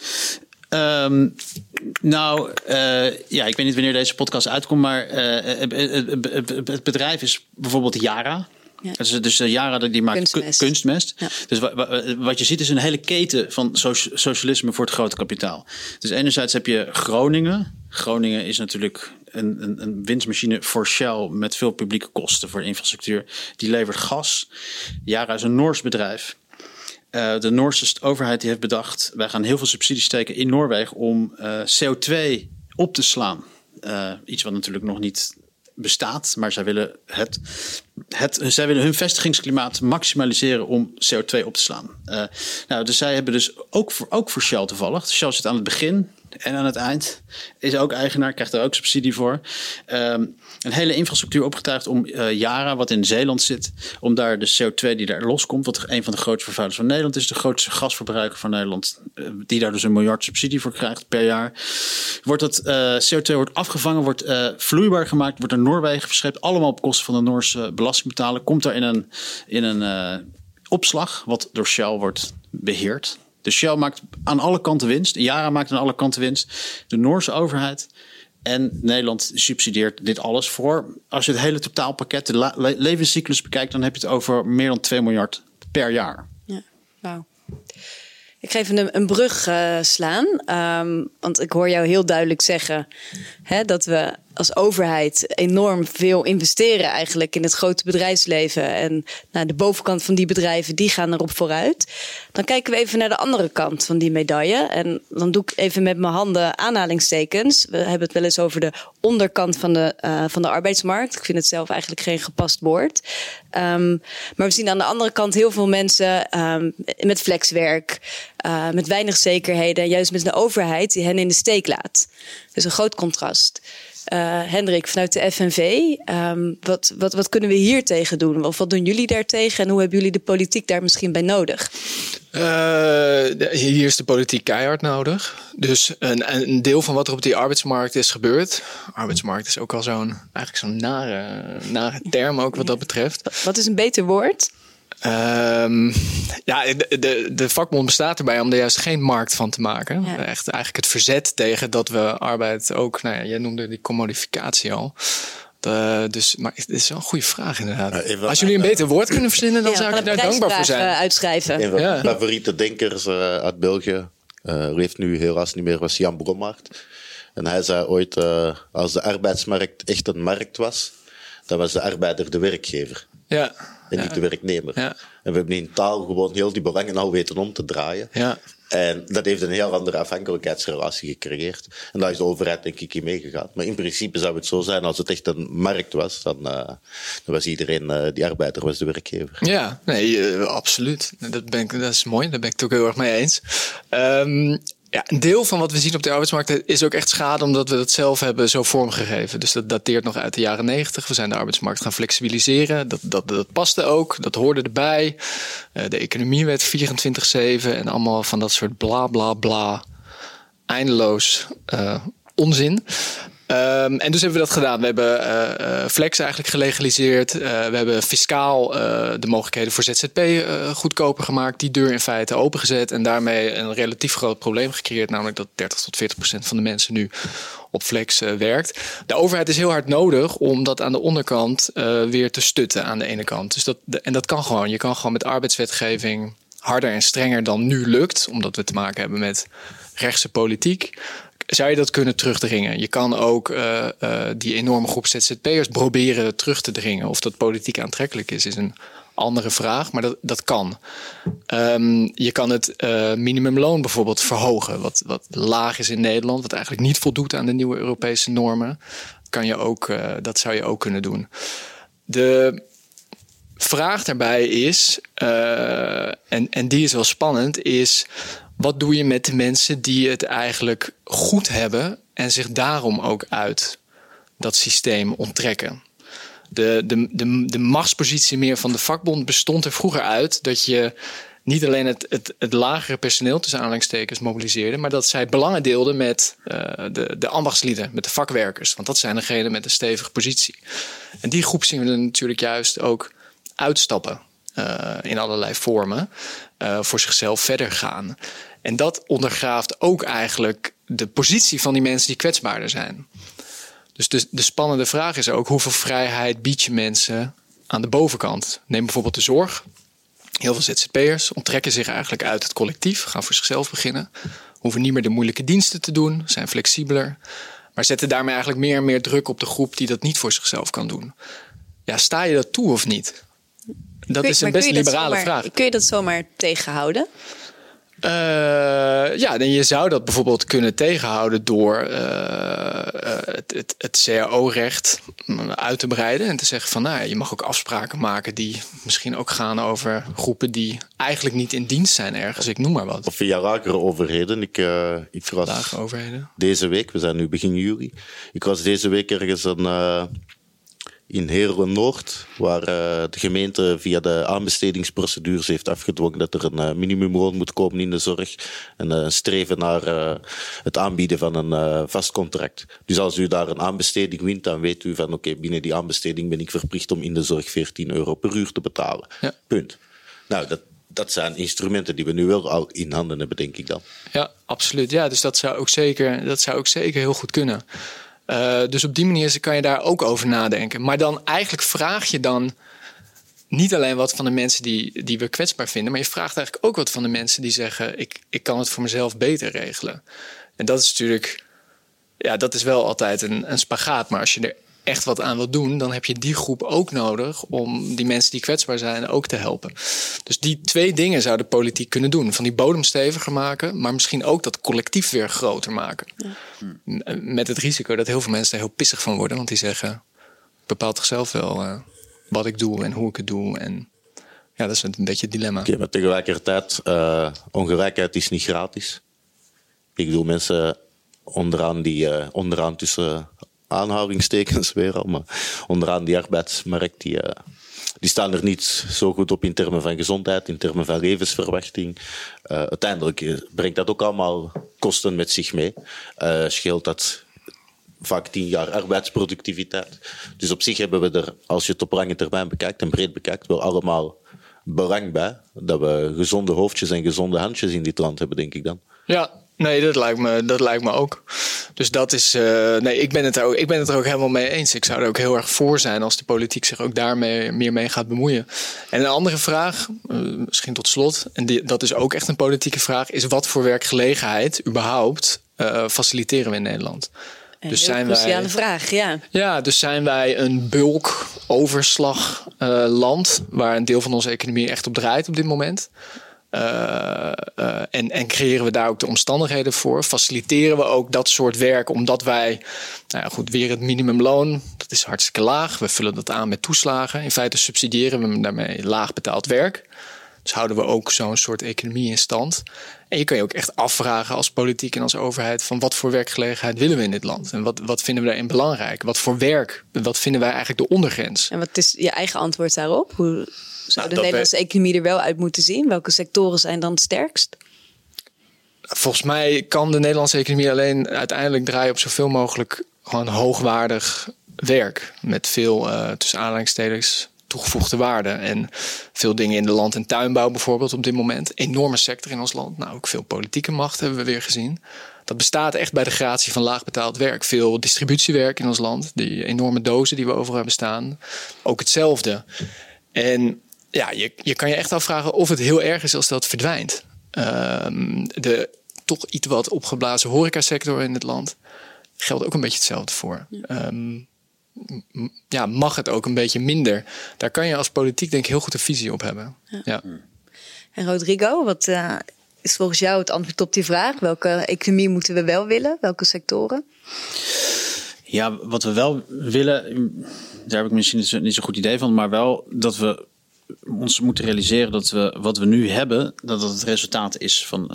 Ik weet niet wanneer deze podcast uitkomt, maar het bedrijf is bijvoorbeeld Yara. Ja. Dus Yara die maakt kunstmest. Ja. Dus wat je ziet is een hele keten van socialisme voor het grote kapitaal. Dus enerzijds heb je Groningen. Groningen is natuurlijk een winstmachine voor Shell met veel publieke kosten voor de infrastructuur. Die levert gas. Yara is een Noors bedrijf. De Noorse overheid die heeft bedacht, wij gaan heel veel subsidies steken in Noorwegen om CO2 op te slaan. Iets wat natuurlijk nog niet bestaat, maar zij willen zij willen hun vestigingsklimaat maximaliseren om CO2 op te slaan. Dus zij hebben dus ook voor Shell toevallig. Shell zit aan het begin en aan het eind. Is ook eigenaar, krijgt er ook subsidie voor. Een hele infrastructuur opgetuigd om Yara, wat in Zeeland zit, om daar de CO2 die daar loskomt, wat een van de grootste vervuilers van Nederland is, de grootste gasverbruiker van Nederland, die daar dus 1 miljard subsidie voor krijgt per jaar. Wordt dat CO2 wordt afgevangen, wordt vloeibaar gemaakt, wordt naar Noorwegen verscheept, allemaal op kosten van de Noorse belastingbetaler, komt daar in een opslag, wat door Shell wordt beheerd. Dus Shell maakt aan alle kanten winst. Yara maakt aan alle kanten winst. De Noorse overheid en Nederland subsidieert dit alles voor. Als je het hele totaalpakket, de levenscyclus bekijkt, dan heb je het over meer dan 2 miljard per jaar. Ja, wauw. Ik ga even een brug slaan. Want ik hoor jou heel duidelijk zeggen dat we als overheid enorm veel investeren eigenlijk in het grote bedrijfsleven. En de bovenkant van die bedrijven, die gaan erop vooruit. Dan kijken we even naar de andere kant van die medaille. En dan doe ik even met mijn handen aanhalingstekens. We hebben het wel eens over de onderkant van de arbeidsmarkt. Ik vind het zelf eigenlijk geen gepast woord. Maar we zien aan de andere kant heel veel mensen met flexwerk, met weinig zekerheden. En juist met een overheid die hen in de steek laat. Dus een groot contrast. Hendrik, vanuit de FNV, wat kunnen we hier tegen doen? Of wat doen jullie daartegen? En hoe hebben jullie de politiek daar misschien bij nodig? Hier is de politiek keihard nodig. Dus een deel van wat er op die arbeidsmarkt is gebeurd. Arbeidsmarkt is ook al zo'n nare term ook wat dat betreft. Wat is een beter woord? De vakbond bestaat erbij om er juist geen markt van te maken. Ja. Echt eigenlijk het verzet tegen dat we arbeid ook... jij noemde die commodificatie al. Maar het is wel een goede vraag inderdaad. Als jullie een beter woord kunnen verzinnen, dan zou ik daar dankbaar voor zijn. Uitschrijven. Een van mijn favoriete denkers uit België, leeft nu helaas niet meer, was Jan Brommaert. En hij zei ooit, als de arbeidsmarkt echt een markt was, dan was de arbeider de werkgever. Ja. En niet de werknemer. Ja. En we hebben in taal gewoon heel die belangen al weten om te draaien. Ja. En dat heeft een heel andere afhankelijkheidsrelatie gecreëerd. En daar is de overheid denk ik in meegegaan. Maar in principe zou het zo zijn, als het echt een markt was, dan was iedereen, die arbeider was de werkgever. Ja, nee, absoluut. Dat is mooi, daar ben ik het ook heel erg mee eens. Een deel van wat we zien op de arbeidsmarkt is ook echt schade omdat we dat zelf hebben zo vormgegeven. Dus dat dateert nog uit de jaren 90. We zijn de arbeidsmarkt gaan flexibiliseren. Dat paste ook, dat hoorde erbij. De economie werd 24/7 en allemaal van dat soort bla bla bla. Eindeloos onzin. En dus hebben we dat gedaan. We hebben flex eigenlijk gelegaliseerd. We hebben fiscaal de mogelijkheden voor ZZP goedkoper gemaakt. Die deur in feite opengezet. En daarmee een relatief groot probleem gecreëerd. Namelijk dat 30-40% van de mensen nu op flex werkt. De overheid is heel hard nodig om dat aan de onderkant weer te stutten aan de ene kant. Dus dat kan gewoon. Je kan gewoon met arbeidswetgeving harder en strenger dan nu lukt. Omdat we te maken hebben met rechtse politiek. Zou je dat kunnen terugdringen? Je kan ook die enorme groep ZZP'ers proberen terug te dringen. Of dat politiek aantrekkelijk is een andere vraag, maar dat kan. Je kan het minimumloon bijvoorbeeld verhogen, wat laag is in Nederland, wat eigenlijk niet voldoet aan de nieuwe Europese normen. Dat zou je ook kunnen doen. De vraag daarbij is, en die is wel spannend, is: wat doe je met de mensen die het eigenlijk goed hebben en zich daarom ook uit dat systeem onttrekken? De machtspositie meer van de vakbond bestond er vroeger uit dat je niet alleen het lagere personeel tussen aanhalingstekens mobiliseerde, maar dat zij belangen deelden met de ambachtslieden, met de vakwerkers. Want dat zijn degenen met een stevige positie. En die groep zien we er natuurlijk juist ook uitstappen in allerlei vormen, voor zichzelf verder gaan. En dat ondergraaft ook eigenlijk de positie van die mensen die kwetsbaarder zijn. Dus de spannende vraag is ook: hoeveel vrijheid bied je mensen aan de bovenkant? Neem bijvoorbeeld de zorg. Heel veel ZZP'ers onttrekken zich eigenlijk uit het collectief, gaan voor zichzelf beginnen, hoeven niet meer de moeilijke diensten te doen, zijn flexibeler, maar zetten daarmee eigenlijk meer en meer druk op de groep die dat niet voor zichzelf kan doen. Ja, sta je dat toe of niet? Dat is een best liberale vraag. Kun je dat zomaar tegenhouden? Dan je zou dat bijvoorbeeld kunnen tegenhouden door het CAO-recht uit te breiden en te zeggen van, je mag ook afspraken maken die misschien ook gaan over groepen die eigenlijk niet in dienst zijn ergens. Ik noem maar wat. Of via lagere overheden. Ik was lagere overheden. Deze week, we zijn nu begin juli, ik was deze week ergens in Heerlen-Noord, waar de gemeente via de aanbestedingsprocedures heeft afgedwongen dat er een minimumloon moet komen in de zorg en streven naar het aanbieden van een vast contract. Dus als u daar een aanbesteding wint, dan weet u van oké, binnen die aanbesteding ben ik verplicht om in de zorg €14 per uur te betalen. Ja. Punt. Nou, dat zijn instrumenten die we nu wel al in handen hebben, denk ik dan. Ja, absoluut. Ja, dus dat zou ook zeker heel goed kunnen. Dus op die manier kan je daar ook over nadenken. Maar dan eigenlijk vraag je dan niet alleen wat van de mensen die we kwetsbaar vinden, maar je vraagt eigenlijk ook wat van de mensen die zeggen, ik kan het voor mezelf beter regelen. En dat is natuurlijk, dat is wel altijd een spagaat. Maar als je er echt wat aan wilt doen, dan heb je die groep ook nodig om die mensen die kwetsbaar zijn ook te helpen. Dus die 2 dingen zou de politiek kunnen doen. Van die bodem steviger maken, maar misschien ook dat collectief weer groter maken. Ja. Met het risico dat heel veel mensen er heel pissig van worden, want die zeggen, bepaalt zichzelf wel wat ik doe en hoe ik het doe. En ja, dat is een beetje het dilemma. Okay, maar tegelijkertijd, ongelijkheid is niet gratis. Ik bedoel, mensen onderaan tussen aanhalingstekens weer al, maar onderaan die arbeidsmarkt, die staan er niet zo goed op in termen van gezondheid, in termen van levensverwachting. Uiteindelijk brengt dat ook allemaal kosten met zich mee. Scheelt dat vaak 10 jaar arbeidsproductiviteit. Dus op zich hebben we er, als je het op lange termijn bekijkt en breed bekijkt, wel allemaal belang bij dat we gezonde hoofdjes en gezonde handjes in dit land hebben, denk ik dan. Ja, nee, dat lijkt me ook. Dus dat is. Ik ben het er ook helemaal mee eens. Ik zou er ook heel erg voor zijn als de politiek zich ook daarmee meer mee gaat bemoeien. En een andere vraag, misschien tot slot, en dat is ook echt een politieke vraag, is wat voor werkgelegenheid überhaupt faciliteren we in Nederland? Dus zijn wij, cruciale vraag, ja. Ja, dus zijn wij een bulk-overslagland waar een deel van onze economie echt op draait op dit moment? En creëren we daar ook de omstandigheden voor? Faciliteren we ook dat soort werk omdat wij, weer het minimumloon, dat is hartstikke laag. We vullen dat aan met toeslagen. In feite subsidiëren we daarmee laag betaald werk. Dus houden we ook zo'n soort economie in stand. En je kan je ook echt afvragen als politiek en als overheid van wat voor werkgelegenheid willen we in dit land? En wat vinden we daarin belangrijk? Wat voor werk? Wat vinden wij eigenlijk de ondergrens? En wat is je eigen antwoord daarop? Hoe zou de Nederlandse economie er wel uit moeten zien? Welke sectoren zijn dan het sterkst? Volgens mij kan de Nederlandse economie alleen uiteindelijk draaien op zoveel mogelijk gewoon hoogwaardig werk. Met veel tussen aanhalingstekens toegevoegde waarde. En veel dingen in de land- en tuinbouw bijvoorbeeld op dit moment. Enorme sector in ons land. Nou, ook veel politieke macht hebben we weer gezien. Dat bestaat echt bij de gratie van laag betaald werk. Veel distributiewerk in ons land. Die enorme dozen die we overal hebben staan. Ook hetzelfde. En ja, je kan je echt afvragen of het heel erg is als dat verdwijnt. De toch iets wat opgeblazen horecasector in het land geldt ook een beetje hetzelfde voor. Mag het ook een beetje minder? Daar kan je als politiek denk ik heel goed een visie op hebben. Ja. En Rodrigo, wat is volgens jou het antwoord op die vraag? Welke economie moeten we wel willen? Welke sectoren? Ja, wat we wel willen, daar heb ik misschien niet zo'n goed idee van, maar wel dat we ons moeten realiseren dat we wat we nu hebben, dat het resultaat is van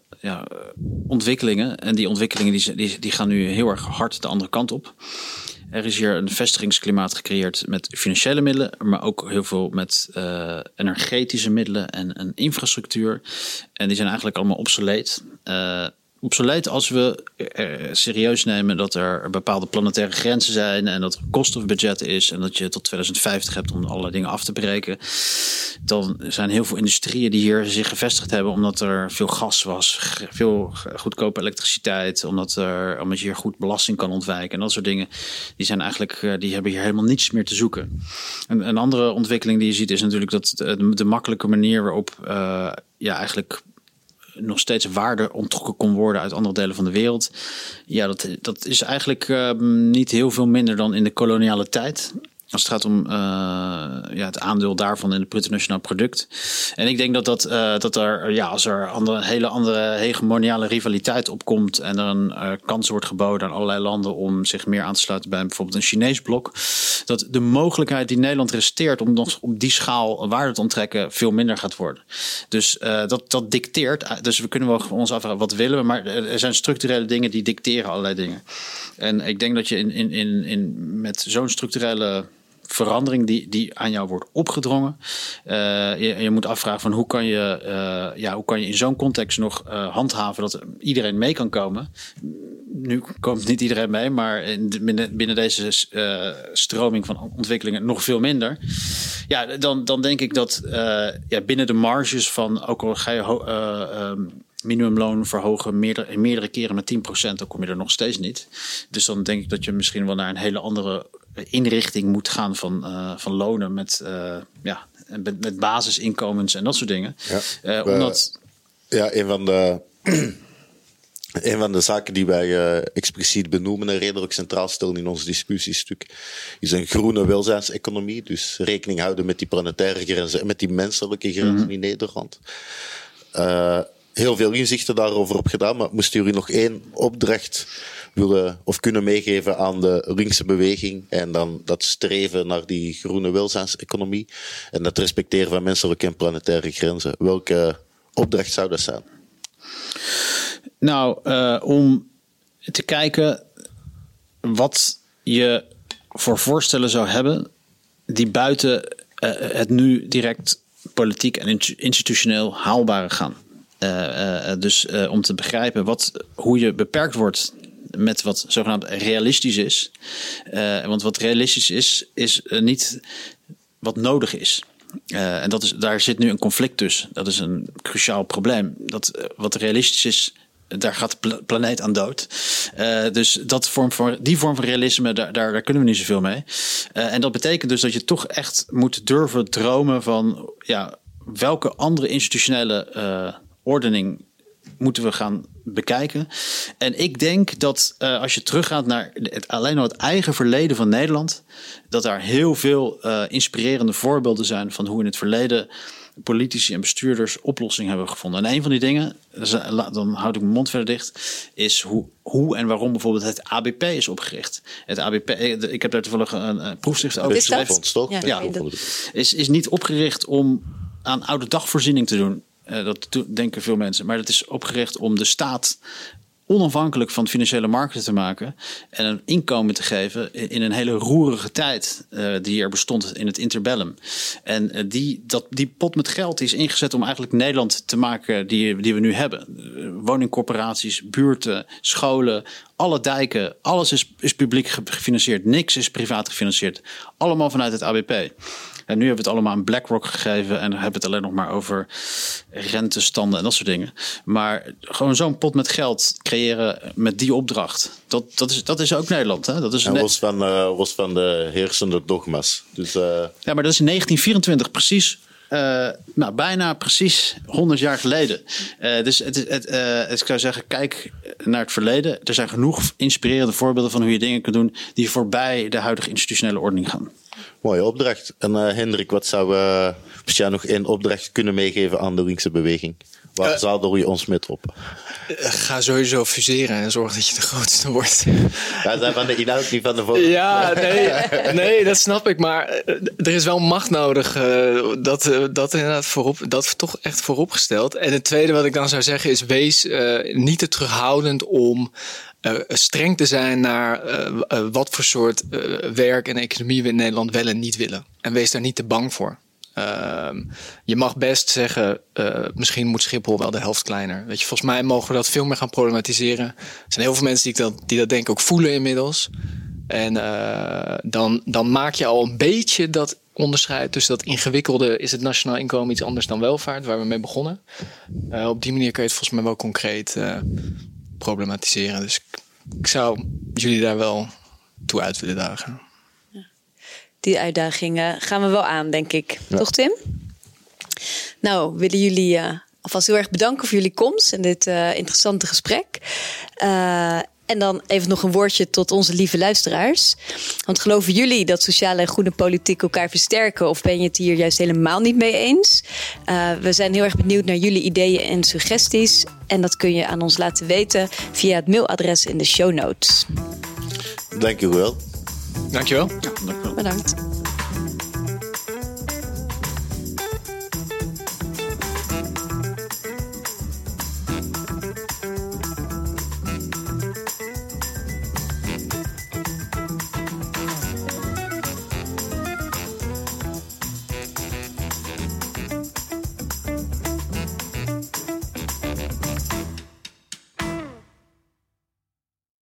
ontwikkelingen. En die ontwikkelingen die gaan nu heel erg hard de andere kant op. Er is hier een vestigingsklimaat gecreëerd met financiële middelen, maar ook heel veel met energetische middelen en infrastructuur. En die zijn eigenlijk allemaal obsoleet. Obsoleet als we serieus nemen dat er bepaalde planetaire grenzen zijn en dat er kostenbudget is en dat je tot 2050 hebt om allerlei dingen af te breken. Dan zijn heel veel industrieën die hier zich gevestigd hebben omdat er veel gas was, veel goedkope elektriciteit, omdat je hier goed belasting kan ontwijken en dat soort dingen. Die hebben hier helemaal niets meer te zoeken. Een andere ontwikkeling die je ziet is natuurlijk dat de makkelijke manier waarop eigenlijk nog steeds waarde onttrokken kon worden uit andere delen van de wereld. Ja, dat is eigenlijk niet heel veel minder dan in de koloniale tijd. Als het gaat om het aandeel daarvan in het bruto nationaal product. En ik denk dat er als er een hele andere hegemoniale rivaliteit opkomt en er een kans wordt geboden aan allerlei landen om zich meer aan te sluiten bij bijvoorbeeld een Chinees blok, dat de mogelijkheid die Nederland resteert om nog op die schaal waarde te onttrekken veel minder gaat worden. Dus dat dicteert. Dus we kunnen wel ons afvragen wat willen we, maar er zijn structurele dingen die dicteren allerlei dingen. En ik denk dat je met zo'n structurele verandering die aan jou wordt opgedrongen. Je moet afvragen van hoe kan je in zo'n context nog handhaven dat iedereen mee kan komen. Nu komt niet iedereen mee, maar binnen deze stroming van ontwikkelingen nog veel minder. Ja, dan denk ik dat binnen de marges van, ook al ga je minimumloon verhogen meerdere keren met 10%, dan kom je er nog steeds niet. Dus dan denk ik dat je misschien wel naar een hele andere inrichting moet gaan van lonen met met basisinkomens en dat soort dingen. Ja, Omdat... Ja, een van de zaken die wij expliciet benoemen en redelijk centraal stellen in ons discussiestuk is een groene welzijnseconomie. Dus rekening houden met die planetaire grenzen en met die menselijke grenzen in Nederland. Heel veel inzichten daarover opgedaan, maar moesten jullie nog 1 opdracht willen of kunnen meegeven aan de linkse beweging en dan dat streven naar die groene welzijnseconomie en dat respecteren van menselijke en planetaire grenzen. Welke opdracht zou dat zijn? Nou, om te kijken wat je voor voorstellen zou hebben die buiten het nu direct politiek en institutioneel haalbare gaan. Dus om te begrijpen hoe je beperkt wordt met wat zogenaamd realistisch is. Want wat realistisch is niet wat nodig is. En daar zit nu een conflict tussen. Dat is een cruciaal probleem. Wat realistisch is, daar gaat de planeet aan dood. Dus die vorm van realisme, daar kunnen we niet zoveel mee. En dat betekent dus dat je toch echt moet durven dromen van welke andere institutionele ordening moeten we gaan bekijken. En ik denk dat als je teruggaat naar alleen al het eigen verleden van Nederland, dat daar heel veel inspirerende voorbeelden zijn van hoe in het verleden politici en bestuurders oplossingen hebben gevonden. En een van die dingen, dan houd ik mijn mond verder dicht, is hoe en waarom bijvoorbeeld het ABP is opgericht. Het ABP, ik heb daar toevallig een proefschrift over geschreven. Ja, is niet opgericht om aan oude dagvoorziening te doen. Dat denken veel mensen. Maar het is opgericht om de staat onafhankelijk van financiële markten te maken en een inkomen te geven in een hele roerige tijd die er bestond in het interbellum. En die pot met geld is ingezet om eigenlijk Nederland te maken die we nu hebben. Woningcorporaties, buurten, scholen, alle dijken, alles is publiek gefinancierd. Niks is privaat gefinancierd. Allemaal vanuit het ABP. En nu hebben we het allemaal aan BlackRock gegeven en hebben het alleen nog maar over rentestanden en dat soort dingen. Maar gewoon zo'n pot met geld creëren met die opdracht, dat is ook Nederland. Hè? Dat is los van de heersende dogma's. Dus, Ja, maar dat is in 1924 precies. Bijna precies 100 jaar geleden. Dus ik zou zeggen, kijk naar het verleden. Er zijn genoeg inspirerende voorbeelden van hoe je dingen kunt doen die voorbij de huidige institutionele ordening gaan. Mooie opdracht. En Hendrik, wat zou jij nog 1 opdracht kunnen meegeven aan de linkse beweging? Waar zadel je ons met op? Ga sowieso fuseren en zorg dat je de grootste wordt. Ja, zijn van de inhoud, niet van de vorm. Ja, nee, dat snap ik. Maar er is wel macht nodig. Dat inderdaad dat toch echt vooropgesteld. En het tweede wat ik dan zou zeggen is, wees niet te terughoudend om streng te zijn naar wat voor soort werk en economie we in Nederland wel en niet willen. En wees daar niet te bang voor. Je mag best zeggen, misschien moet Schiphol wel de helft kleiner. Weet je, volgens mij mogen we dat veel meer gaan problematiseren. Er zijn heel veel mensen die dat denk ik ook voelen inmiddels. En dan maak je al een beetje dat onderscheid tussen dat ingewikkelde, is het nationaal inkomen iets anders dan welvaart, waar we mee begonnen. Op die manier kun je het volgens mij wel concreet problematiseren. Dus ik zou jullie daar wel toe uit willen dagen. Die uitdaging gaan we wel aan, denk ik. Ja. Toch, Tim? Nou, willen jullie alvast heel erg bedanken voor jullie komst en dit interessante gesprek. En dan even nog een woordje tot onze lieve luisteraars. Want geloven jullie dat sociale en groene politiek elkaar versterken? Of ben je het hier juist helemaal niet mee eens? We zijn heel erg benieuwd naar jullie ideeën en suggesties. En dat kun je aan ons laten weten via het mailadres in de show notes. Dank u wel. Dankjewel. Ja, dankjewel. Bedankt.